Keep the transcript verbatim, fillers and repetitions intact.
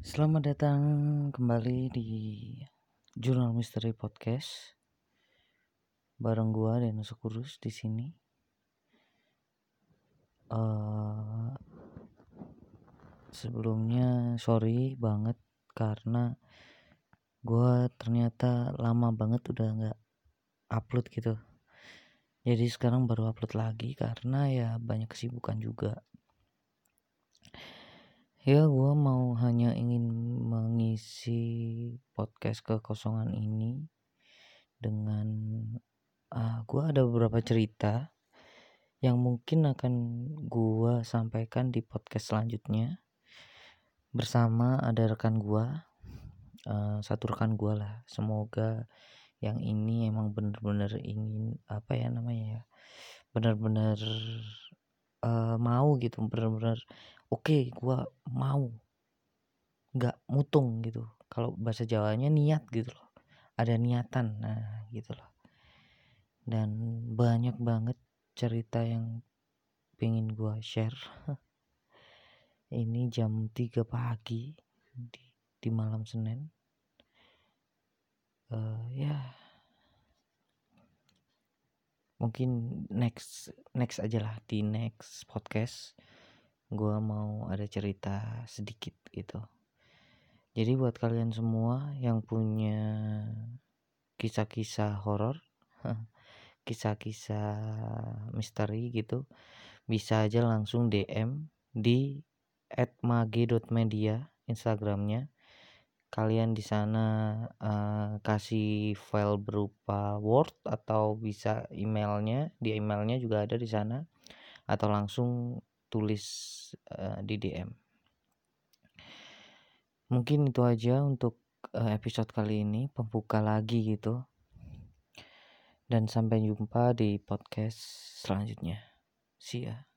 Selamat datang kembali di Jurnal Misteri Podcast bareng gua Denus Kurus di sini. Uh, sebelumnya sorry banget karena gua ternyata lama banget udah nggak upload gitu. Jadi sekarang baru upload lagi karena ya banyak kesibukan juga. Ya gua mau hanya ingin mengisi podcast kekosongan ini dengan uh, gue ada beberapa cerita yang mungkin akan gue sampaikan di podcast selanjutnya bersama ada rekan gue, uh, satu rekan gue lah. Semoga yang ini emang bener-bener ingin apa ya namanya ya, bener-bener uh, mau gitu, bener-bener oke okay, gue mau, nggak mutung gitu. Kalau bahasa Jawanya niat gitu loh, ada niatan, nah gitu loh. Dan banyak banget cerita yang pengen gue share. Ini jam tiga pagi di, di malam Senin. uh, Ya mungkin next next aja lah, di next podcast gue mau ada cerita sedikit gitu. Jadi buat kalian semua yang punya kisah-kisah horor, kisah-kisah misteri gitu, bisa aja langsung D M di et mage dot media Instagramnya. Kalian di sana uh, kasih file berupa Word atau bisa emailnya, di emailnya juga ada di sana, atau langsung tulis uh, di D M. Mungkin itu aja untuk uh, episode kali ini, pembuka lagi gitu. Dan sampai jumpa di podcast selanjutnya. See ya.